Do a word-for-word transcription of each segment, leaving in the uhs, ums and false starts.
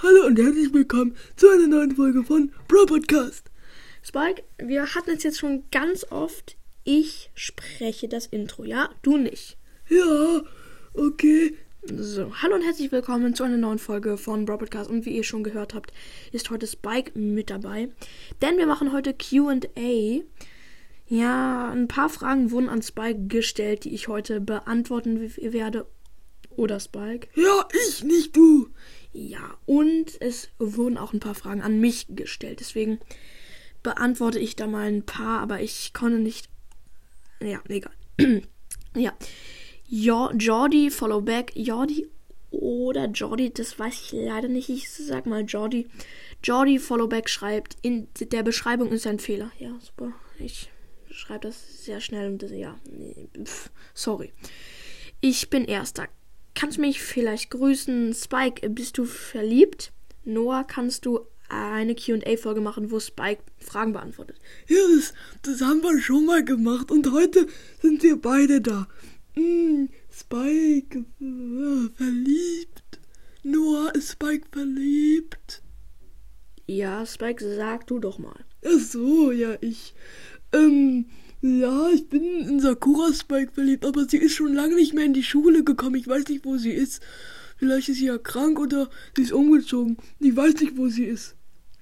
Hallo und herzlich willkommen zu einer neuen Folge von Bro Podcast. Spike, wir hatten es jetzt schon ganz oft. Ich spreche das Intro, ja? Du nicht. Ja, okay. So, hallo und herzlich willkommen zu einer neuen Folge von Bro Podcast. Und wie ihr schon gehört habt, ist heute Spike mit dabei. Denn wir machen heute Q and A. Ja, ein paar Fragen wurden an Spike gestellt, die ich heute beantworten werde. Oder Spike? Ja, ich, nicht du. Ja, und es wurden auch ein paar Fragen an mich gestellt. Deswegen beantworte ich da mal ein paar, aber ich konnte nicht... Ja, egal. ja. Jo- Jordi, follow back. Jordi oder Jordi, das weiß ich leider nicht. Ich sag mal Jordi. Jordi, follow back schreibt, in der Beschreibung ist ein Fehler. Ja, super. Ich schreibe das sehr schnell und das, ja, nee, pf, sorry. Ich bin Erster. Kannst du mich vielleicht grüßen? Spike, bist du verliebt? Noah, kannst du eine Q and A-Folge machen, wo Spike Fragen beantwortet? Ja, das, das haben wir schon mal gemacht und heute sind wir beide da. Hm, Spike, äh, verliebt. Noah, ist Spike verliebt? Ja, Spike, sag du doch mal. Ach so, ja, ich. Ähm, ja, ich bin in Sakura Spike verliebt, aber sie ist schon lange nicht mehr in die Schule gekommen. Ich weiß nicht, wo sie ist. Vielleicht ist sie ja krank oder sie ist umgezogen. Ich weiß nicht, wo sie ist.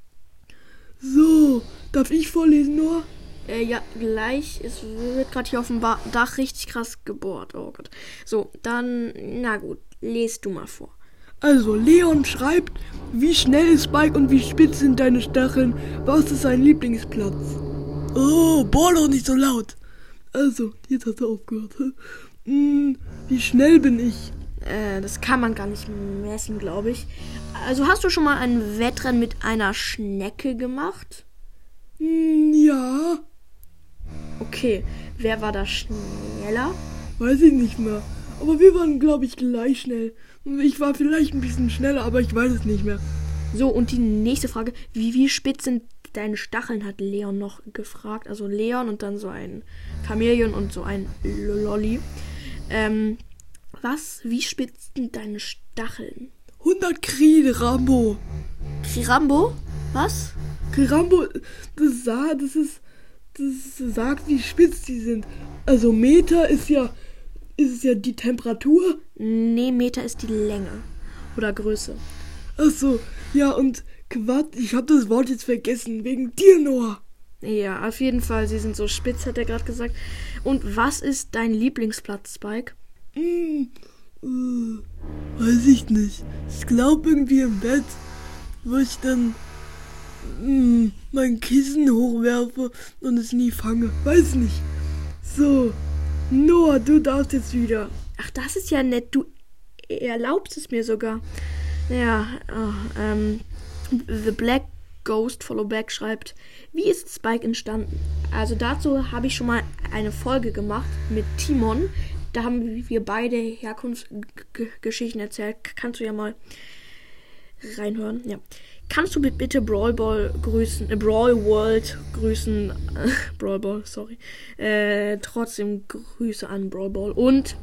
So, darf ich vorlesen, Noah? Äh, ja, gleich. Es wird gerade hier auf dem ba- Dach richtig krass gebohrt. Oh Gott. So, dann, na gut, lest du mal vor. Also, Leon schreibt, wie schnell ist Spike und wie spitz sind deine Stacheln? Was ist sein Lieblingsplatz? Oh, boah, doch nicht so laut. Also, jetzt hast du aufgehört. Hm, wie schnell bin ich? Äh, das kann man gar nicht messen, glaube ich. Also, hast du schon mal ein Wettrennen mit einer Schnecke gemacht? Hm, ja. Okay, wer war da schneller? Weiß ich nicht mehr. Aber wir waren, glaube ich, gleich schnell. Ich war vielleicht ein bisschen schneller, aber ich weiß es nicht mehr. So, und die nächste Frage. Wie, wie spitz sind deine Stacheln, hat Leon noch gefragt. Also Leon und dann so ein Chamäleon und so ein Lolli. Ähm, was, wie spitz sind deine Stacheln? hundert Krieg, Rambo. Rambo? Was? Rambo, das, sah, das ist, das sagt, wie spitz die sind. Also Meter ist ja, ist es ja die Temperatur. Nee, Meter ist die Länge oder Größe. Ach so, ja, und Quatsch, ich habe das Wort jetzt vergessen, wegen dir, Noah. Ja, auf jeden Fall, sie sind so spitz, hat er gerade gesagt. Und was ist dein Lieblingsplatz, Spike? Hm, äh, weiß ich nicht. Ich glaube irgendwie im Bett, wo ich dann mh, mein Kissen hochwerfe und es nie fange. Weiß nicht. So, Noah, du darfst jetzt wieder. Ach, das ist ja nett. Du erlaubst es mir sogar. Ja, oh, ähm, The Black Ghost Follow Back schreibt, wie ist Spike entstanden? Also dazu habe ich schon mal eine Folge gemacht mit Timon. Da haben wir beide Herkunftsgeschichten erzählt. Kannst du ja mal reinhören. Ja. Kannst du bitte Brawl Ball grüßen, äh, Brawl World grüßen, äh, Brawl Ball, sorry. Äh, trotzdem Grüße an Brawl Ball. Und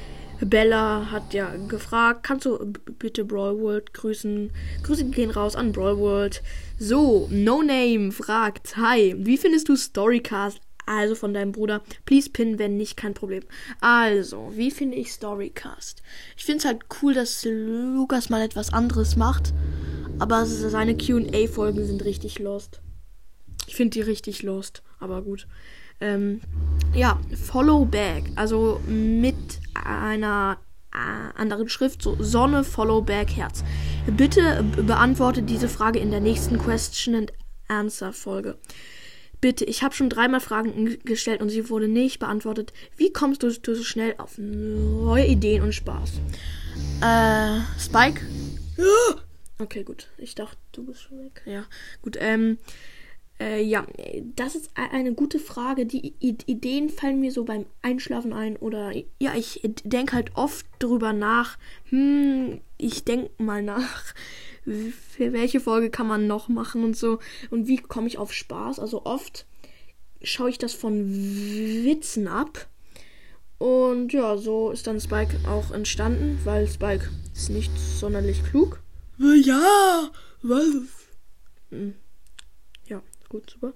Bella hat ja gefragt, kannst du b- bitte Brawl World grüßen? Grüße gehen raus an Brawl World. So, No Name fragt, hi, wie findest du Storycast? Also von deinem Bruder. Please pin, wenn nicht, kein Problem. Also, wie finde ich Storycast? Ich finde es halt cool, dass Lukas mal etwas anderes macht. Aber seine Q and A-Folgen sind richtig lost. Ich finde die richtig lost, aber gut. Ähm, ja, Follow Back. Also mit einer äh, anderen Schrift, so Sonne, Follow Back, Herz. Bitte beantworte diese Frage in der nächsten Question and Answer Folge. Bitte, ich habe schon dreimal Fragen gestellt und sie wurde nicht beantwortet. Wie kommst du, du so schnell auf neue Ideen und Spaß? Äh, Spike? Ja. Okay, gut. Ich dachte, du bist schon weg. Ja, gut. Ähm, äh, ja, das ist eine gute Frage. Die I- Ideen fallen mir so beim Einschlafen ein oder, ja, ich denke halt oft drüber nach. Hm, ich denke mal nach. Für welche Folge kann man noch machen und so. Und wie komme ich auf Spaß? Also oft schaue ich das von Witzen ab. Und ja, so ist dann Spike auch entstanden, weil Spike ist nicht sonderlich klug. Ja, was? Ja, gut, super.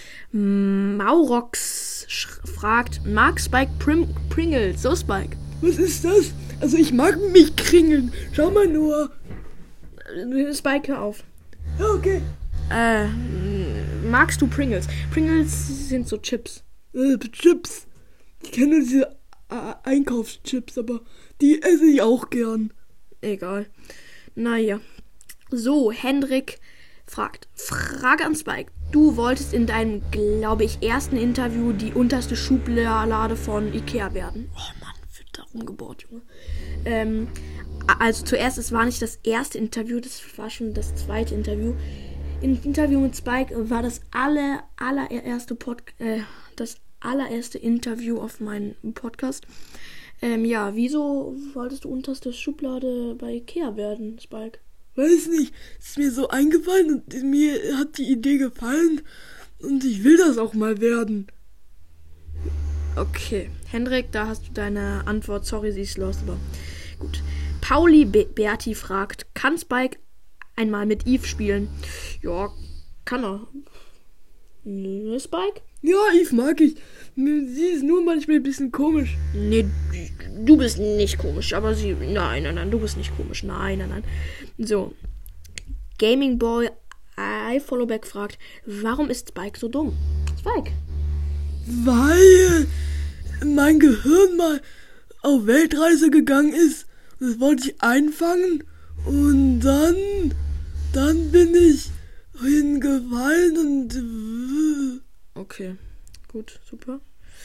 Maurox fragt, mag Spike Prim Pringles? So, Spike. Was ist das? Also ich mag mich kringeln. Schau mal nur. Spike, hör auf. Ja, okay. Äh, magst du Pringles? Pringles sind so Chips. Äh, Chips. Ich kenne diese äh, Einkaufschips, aber die esse ich auch gern. Egal. Naja. So, Hendrik fragt. Frage an Spike. Du wolltest in deinem, glaube ich, ersten Interview die unterste Schublade von Ikea werden. Oh Mann, wird da rumgebohrt, Junge. Ähm, also zuerst, es war nicht das erste Interview, das war schon das zweite Interview. Im Interview mit Spike war das aller, allererste Pod, äh, das allererste Interview auf meinem Podcast. Ähm, ja, wieso wolltest du unterste Schublade bei Ikea werden, Spike? Weiß nicht, ist mir so eingefallen und mir hat die Idee gefallen und ich will das auch mal werden. Okay, Hendrik, da hast du deine Antwort. Sorry, sie ist los, aber gut. Pauli Be- Berti fragt, kann Spike einmal mit Eve spielen? Ja, kann er. Ne, Spike? Ja, Eve mag ich. Sie ist nur manchmal ein bisschen komisch. Nee, du bist nicht komisch, aber sie... Nein, nein, nein, du bist nicht komisch. Nein, nein, nein. So. Gaming Boy I Followback fragt, warum ist Spike so dumm? Spike? Weil mein Gehirn mal auf Weltreise gegangen ist. Das wollte ich einfangen. Und dann... Dann bin ich hingefallen und... Okay, gut, super.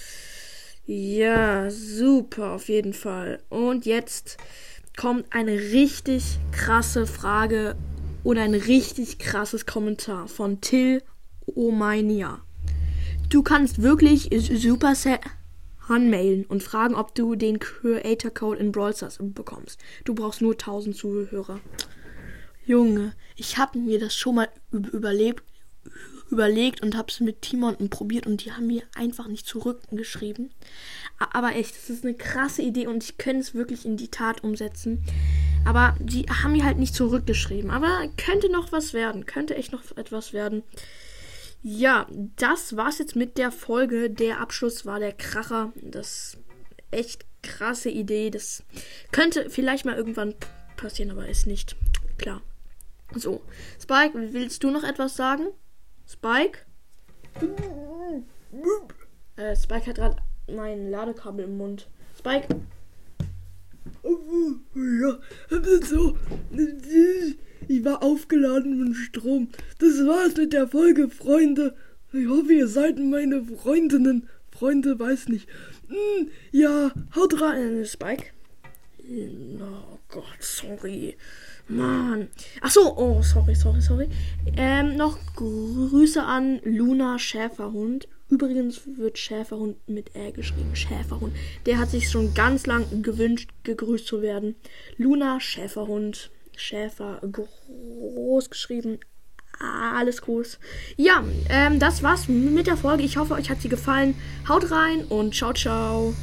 Ja, super, auf jeden Fall. Und jetzt kommt eine richtig krasse Frage und ein richtig krasses Kommentar von Till Omania. Du kannst wirklich Supercell anmailen und fragen, ob du den Creator Code in Brawl Stars bekommst. Du brauchst nur tausend Zuhörer. Junge, ich habe mir das schon mal überlebt, überlegt und habe es mit Timon probiert und die haben mir einfach nicht zurückgeschrieben. Aber echt, das ist eine krasse Idee und ich könnte es wirklich in die Tat umsetzen. Aber die haben mir halt nicht zurückgeschrieben. Aber könnte noch was werden, könnte echt noch etwas werden. Ja, das war's jetzt mit der Folge. Der Abschluss war der Kracher. Das echt krasse Idee. Das könnte vielleicht mal irgendwann passieren, aber ist nicht. Klar. So, Spike, willst du noch etwas sagen? Spike? Äh, Spike hat gerade mein Ladekabel im Mund. Spike? Ja, so. Ich war aufgeladen mit Strom. Das war's mit der Folge, Freunde. Ich hoffe, ihr seid meine Freundinnen. Freunde, weiß nicht. Ja, haut rein, Spike. Oh Gott, sorry. Mann. Ach so, oh, sorry, sorry, sorry. Ähm, noch Grüße an Luna Schäferhund. Übrigens wird Schäferhund mit Ä geschrieben. Schäferhund. Der hat sich schon ganz lang gewünscht, gegrüßt zu werden. Luna Schäferhund. Schäfer groß geschrieben. Alles groß. Ja, ähm, das war's mit der Folge. Ich hoffe, euch hat sie gefallen. Haut rein und ciao, ciao.